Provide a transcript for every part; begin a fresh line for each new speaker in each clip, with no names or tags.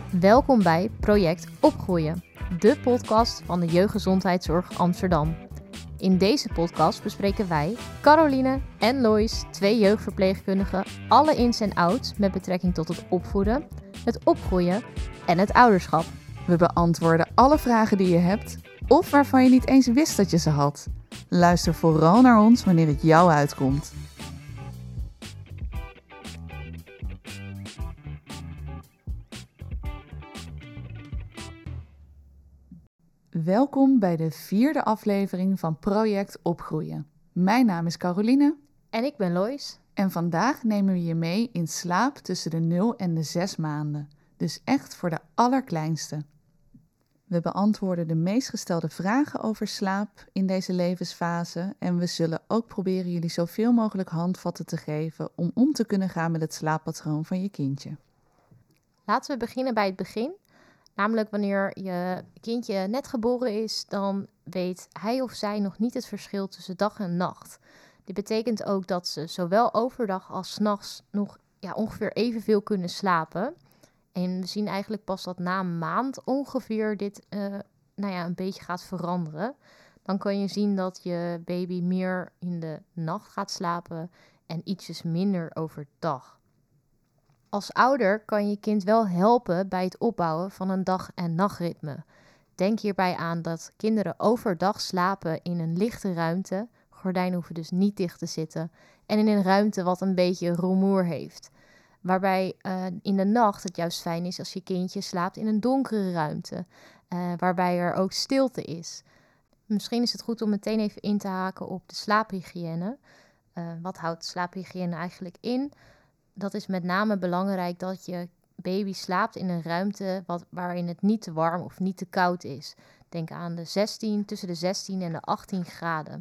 Welkom bij Project Opgroeien, de podcast van de Jeugdgezondheidszorg Amsterdam. In deze podcast bespreken wij, Caroline en Lois, 2 jeugdverpleegkundigen, alle ins en outs met betrekking tot het opvoeden, het opgroeien en het ouderschap.
We beantwoorden alle vragen die je hebt of waarvan je niet eens wist dat je ze had. Luister vooral naar ons wanneer het jou uitkomt. Welkom bij de 4e aflevering van Project Opgroeien. Mijn naam is Caroline.
En ik ben Lois.
En vandaag nemen we je mee in slaap tussen de 0 en de 6 maanden. Dus echt voor de allerkleinste. We beantwoorden de meest gestelde vragen over slaap in deze levensfase. En we zullen ook proberen jullie zoveel mogelijk handvatten te geven om te kunnen gaan met het slaappatroon van je kindje.
Laten we beginnen bij het begin. Namelijk wanneer je kindje net geboren is, dan weet hij of zij nog niet het verschil tussen dag en nacht. Dit betekent ook dat ze zowel overdag als 's nachts nog ongeveer evenveel kunnen slapen. En we zien eigenlijk pas dat na een maand ongeveer dit een beetje gaat veranderen. Dan kan je zien dat je baby meer in de nacht gaat slapen en ietsjes minder overdag. Als ouder kan je kind wel helpen bij het opbouwen van een dag- en nachtritme. Denk hierbij aan dat kinderen overdag slapen in een lichte ruimte. Gordijnen hoeven dus niet dicht te zitten. En in een ruimte wat een beetje rumoer heeft. Waarbij in de nacht het juist fijn is als je kindje slaapt in een donkere ruimte. Waarbij er ook stilte is. Misschien is het goed om meteen even in te haken op de slaaphygiëne. Wat houdt slaaphygiëne eigenlijk in? Dat is met name belangrijk dat je baby slaapt in een ruimte waarin het niet te warm of niet te koud is. Denk aan tussen de 16 en de 18 graden.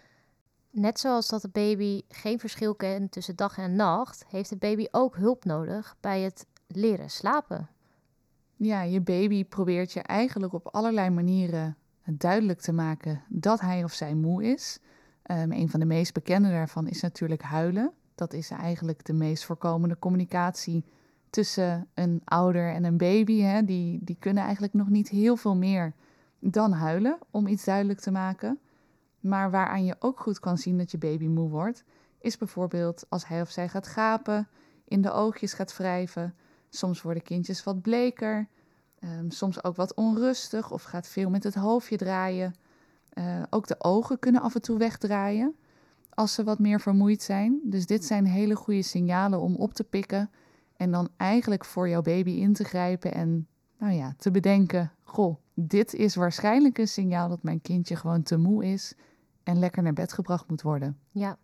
Net zoals dat de baby geen verschil kent tussen dag en nacht, heeft de baby ook hulp nodig bij het leren slapen.
Ja, je baby probeert je eigenlijk op allerlei manieren duidelijk te maken dat hij of zij moe is. Een van de meest bekende daarvan is natuurlijk huilen. Dat is eigenlijk de meest voorkomende communicatie tussen een ouder en een baby. Hè. Die kunnen eigenlijk nog niet heel veel meer dan huilen om iets duidelijk te maken. Maar waaraan je ook goed kan zien dat je baby moe wordt, is bijvoorbeeld als hij of zij gaat gapen, in de oogjes gaat wrijven. Soms worden kindjes wat bleker, soms ook wat onrustig of gaat veel met het hoofdje draaien. Ook de ogen kunnen af en toe wegdraaien als ze wat meer vermoeid zijn. Dus dit zijn hele goede signalen om op te pikken en dan eigenlijk voor jouw baby in te grijpen en te bedenken, goh, dit is waarschijnlijk een signaal dat mijn kindje gewoon te moe is en lekker naar bed gebracht moet worden.
Ja,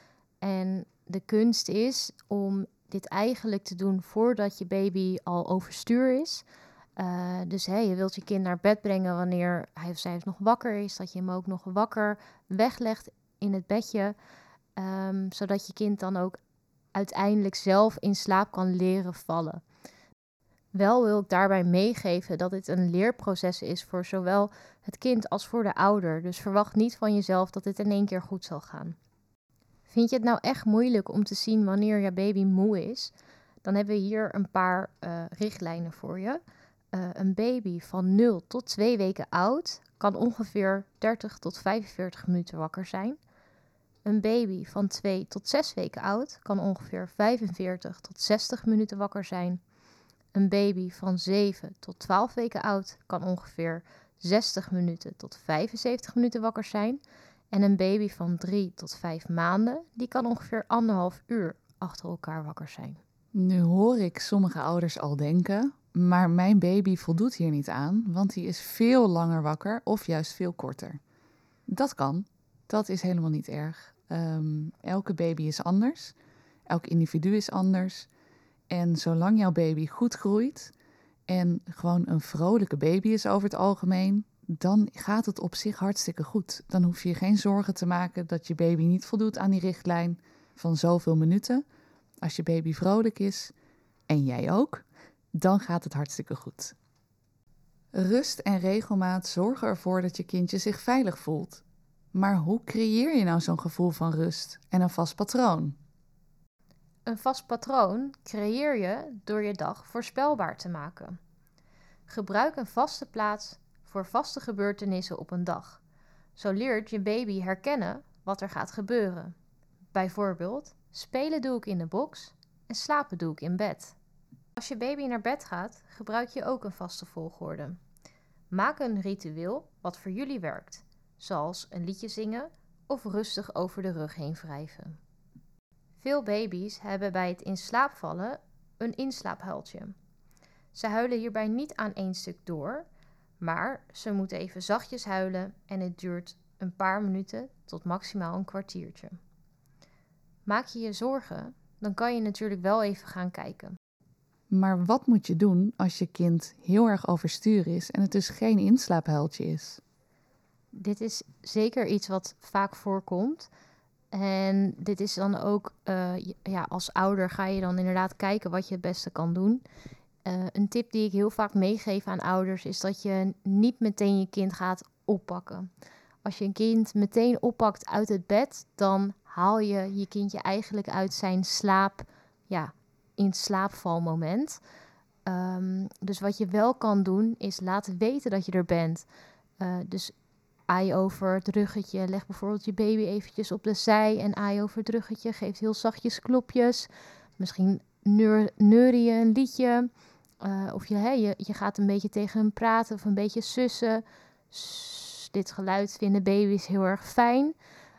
en de kunst is om dit eigenlijk te doen voordat je baby al overstuur is. Dus je wilt je kind naar bed brengen wanneer hij of zij nog wakker is, dat je hem ook nog wakker weglegt in het bedje, zodat je kind dan ook uiteindelijk zelf in slaap kan leren vallen. Wel wil ik daarbij meegeven dat dit een leerproces is voor zowel het kind als voor de ouder. Dus verwacht niet van jezelf dat dit in één keer goed zal gaan. Vind je het nou echt moeilijk om te zien wanneer je baby moe is? Dan hebben we hier een paar richtlijnen voor je. Een baby van 0 tot 2 weken oud kan ongeveer 30 tot 45 minuten wakker zijn. Een baby van 2 tot 6 weken oud kan ongeveer 45 tot 60 minuten wakker zijn. Een baby van 7 tot 12 weken oud kan ongeveer 60 minuten tot 75 minuten wakker zijn. En een baby van 3 tot 5 maanden, die kan ongeveer 1,5 uur achter elkaar wakker zijn.
Nu hoor ik sommige ouders al denken, maar mijn baby voldoet hier niet aan, want die is veel langer wakker of juist veel korter. Dat kan, dat is helemaal niet erg. Elke baby is anders, elk individu is anders. En zolang jouw baby goed groeit en gewoon een vrolijke baby is over het algemeen, dan gaat het op zich hartstikke goed. Dan hoef je geen zorgen te maken dat je baby niet voldoet aan die richtlijn van zoveel minuten. Als je baby vrolijk is, en jij ook, dan gaat het hartstikke goed. Rust en regelmaat zorgen ervoor dat je kindje zich veilig voelt. Maar hoe creëer je nou zo'n gevoel van rust en een vast patroon?
Een vast patroon creëer je door je dag voorspelbaar te maken. Gebruik een vaste plaats voor vaste gebeurtenissen op een dag. Zo leert je baby herkennen wat er gaat gebeuren. Bijvoorbeeld, spelen doe ik in de box en slapen doe ik in bed. Als je baby naar bed gaat, gebruik je ook een vaste volgorde. Maak een ritueel wat voor jullie werkt, zoals een liedje zingen of rustig over de rug heen wrijven. Veel baby's hebben bij het in slaap vallen een inslaaphuiltje. Ze huilen hierbij niet aan één stuk door, maar ze moeten even zachtjes huilen en het duurt een paar minuten tot maximaal een kwartiertje. Maak je je zorgen, dan kan je natuurlijk wel even gaan kijken.
Maar wat moet je doen als je kind heel erg overstuur is en het dus geen inslaaphuiltje is?
Dit is zeker iets wat vaak voorkomt. En dit is dan ook, als ouder ga je dan inderdaad kijken wat je het beste kan doen. Een tip die ik heel vaak meegeef aan ouders is dat je niet meteen je kind gaat oppakken. Als je een kind meteen oppakt uit het bed, dan haal je je kindje eigenlijk uit zijn in slaapvalmoment. Dus wat je wel kan doen, is laten weten dat je er bent. Dus aai over het ruggetje. Leg bijvoorbeeld je baby eventjes op de zij en aai over het ruggetje. Geef heel zachtjes klopjes. Misschien neur je een liedje. Of je gaat een beetje tegen hem praten of een beetje sussen. Dit geluid vinden baby's heel erg fijn.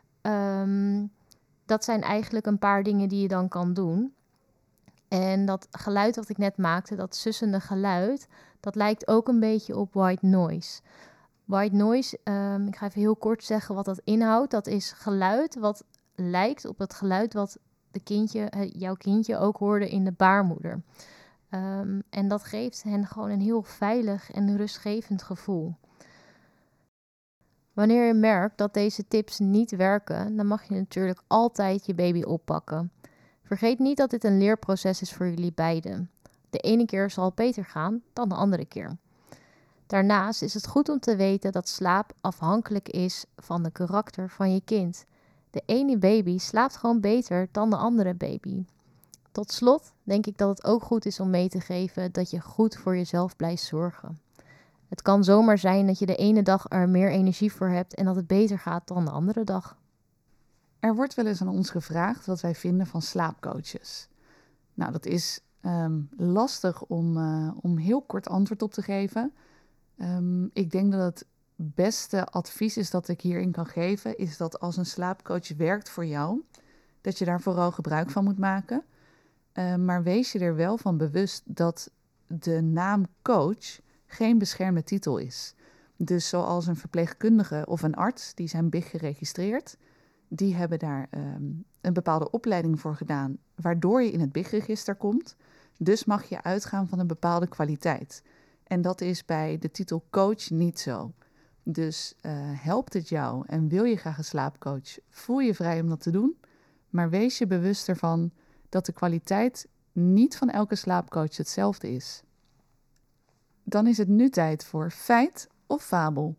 Dat zijn eigenlijk een paar dingen die je dan kan doen. En dat geluid wat ik net maakte, dat sussende geluid, dat lijkt ook een beetje op white noise. White noise, ik ga even heel kort zeggen wat dat inhoudt. Dat is geluid wat lijkt op het geluid wat jouw kindje ook hoorde in de baarmoeder. En dat geeft hen gewoon een heel veilig en rustgevend gevoel. Wanneer je merkt dat deze tips niet werken, dan mag je natuurlijk altijd je baby oppakken. Vergeet niet dat dit een leerproces is voor jullie beiden. De ene keer zal het beter gaan dan de andere keer. Daarnaast is het goed om te weten dat slaap afhankelijk is van de karakter van je kind. De ene baby slaapt gewoon beter dan de andere baby. Tot slot denk ik dat het ook goed is om mee te geven dat je goed voor jezelf blijft zorgen. Het kan zomaar zijn dat je de ene dag er meer energie voor hebt en dat het beter gaat dan de andere dag.
Er wordt wel eens aan ons gevraagd wat wij vinden van slaapcoaches. Nou, dat is lastig om heel kort antwoord op te geven. Ik denk dat het beste advies is dat ik hierin kan geven, is dat als een slaapcoach werkt voor jou, dat je daar vooral gebruik van moet maken. Maar wees je er wel van bewust dat de naam coach geen beschermde titel is. Dus zoals een verpleegkundige of een arts, die zijn BIG geregistreerd, die hebben daar een bepaalde opleiding voor gedaan, waardoor je in het BIG-register komt. Dus mag je uitgaan van een bepaalde kwaliteit. En dat is bij de titel coach niet zo. Dus helpt het jou en wil je graag een slaapcoach, voel je vrij om dat te doen. Maar wees je bewust ervan dat de kwaliteit niet van elke slaapcoach hetzelfde is. Dan is het nu tijd voor feit of fabel.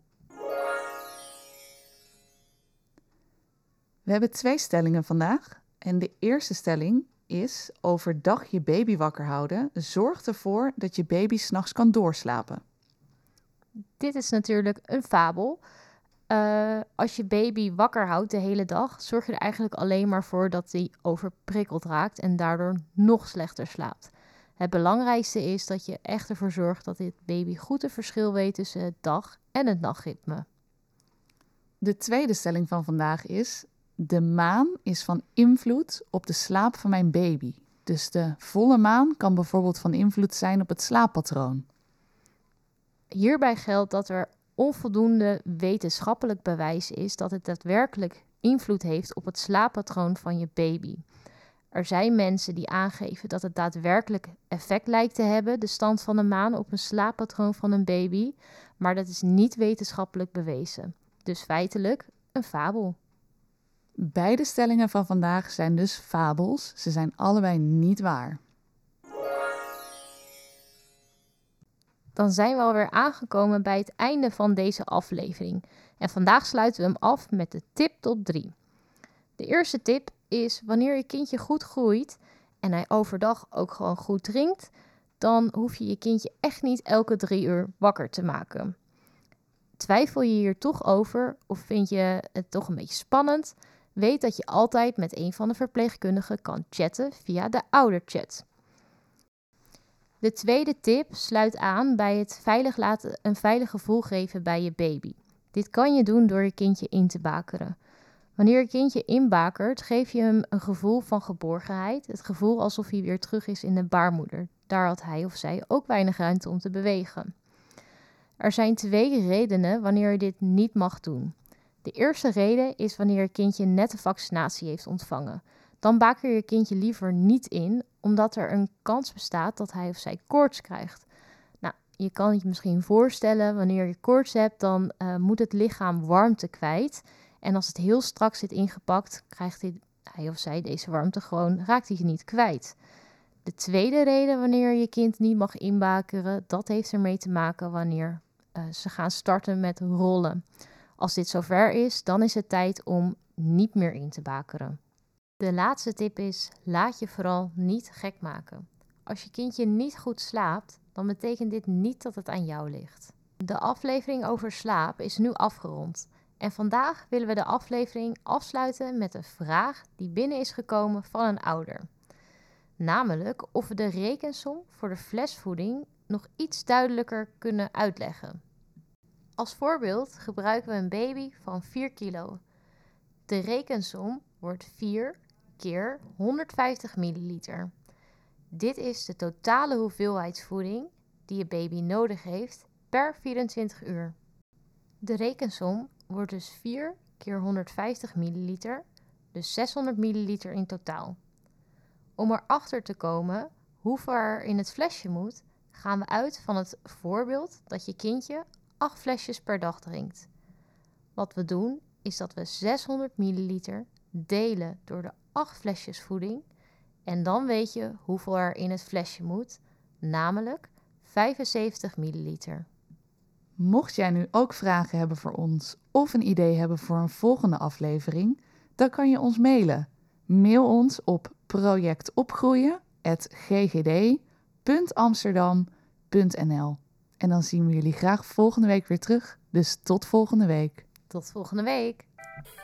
We hebben 2 stellingen vandaag. En de eerste stelling is: overdag je baby wakker houden zorgt ervoor dat je baby 's nachts kan doorslapen.
Dit is natuurlijk een fabel. Als je baby wakker houdt de hele dag, zorg je er eigenlijk alleen maar voor dat hij overprikkeld raakt en daardoor nog slechter slaapt. Het belangrijkste is dat je echt ervoor zorgt dat dit baby goed het verschil weet tussen het dag- en het nachtritme.
De tweede stelling van vandaag is: de maan is van invloed op de slaap van mijn baby. Dus de volle maan kan bijvoorbeeld van invloed zijn op het slaappatroon.
Hierbij geldt dat er onvoldoende wetenschappelijk bewijs is dat het daadwerkelijk invloed heeft op het slaappatroon van je baby. Er zijn mensen die aangeven dat het daadwerkelijk effect lijkt te hebben, de stand van de maan, op een slaappatroon van een baby, maar dat is niet wetenschappelijk bewezen. Dus feitelijk een fabel.
Beide stellingen van vandaag zijn dus fabels. Ze zijn allebei niet waar.
Dan zijn we alweer aangekomen bij het einde van deze aflevering. En vandaag sluiten we hem af met de tip top 3. De eerste tip is: wanneer je kindje goed groeit en hij overdag ook gewoon goed drinkt, dan hoef je je kindje echt niet elke 3 uur wakker te maken. Twijfel je hier toch over of vind je het toch een beetje spannend? Weet dat je altijd met een van de verpleegkundigen kan chatten via de ouderchat. De tweede tip sluit aan bij het een veilig gevoel geven bij je baby. Dit kan je doen door je kindje in te bakeren. Wanneer je kindje inbakert, geef je hem een gevoel van geborgenheid. Het gevoel alsof hij weer terug is in de baarmoeder. Daar had hij of zij ook weinig ruimte om te bewegen. Er zijn 2 redenen wanneer je dit niet mag doen. De eerste reden is wanneer je kindje net de vaccinatie heeft ontvangen. Dan baker je kindje liever niet in, omdat er een kans bestaat dat hij of zij koorts krijgt. Nou, je kan je misschien voorstellen, wanneer je koorts hebt, dan moet het lichaam warmte kwijt. En als het heel strak zit ingepakt, krijgt hij of zij deze warmte raakt hij niet kwijt. De tweede reden wanneer je kind niet mag inbakeren, dat heeft ermee te maken wanneer ze gaan starten met rollen. Als dit zover is, dan is het tijd om niet meer in te bakeren. De laatste tip is, laat je vooral niet gek maken. Als je kindje niet goed slaapt, dan betekent dit niet dat het aan jou ligt. De aflevering over slaap is nu afgerond. En vandaag willen we de aflevering afsluiten met een vraag die binnen is gekomen van een ouder. Namelijk of we de rekensom voor de flesvoeding nog iets duidelijker kunnen uitleggen. Als voorbeeld gebruiken we een baby van 4 kilo. De rekensom wordt 4 keer 150 milliliter. Dit is de totale hoeveelheid voeding die je baby nodig heeft per 24 uur. De rekensom wordt dus 4 keer 150 milliliter, dus 600 milliliter in totaal. Om erachter te komen hoeveel er in het flesje moet, gaan we uit van het voorbeeld dat je kindje 8 flesjes per dag drinkt. Wat we doen is dat we 600 milliliter delen door de 8 flesjes voeding en dan weet je hoeveel er in het flesje moet, namelijk 75 milliliter.
Mocht jij nu ook vragen hebben voor ons of een idee hebben voor een volgende aflevering, dan kan je ons mailen. Mail ons op projectopgroeien@ggd.amsterdam.nl. En dan zien we jullie graag volgende week weer terug. Dus tot volgende week.
Tot volgende week!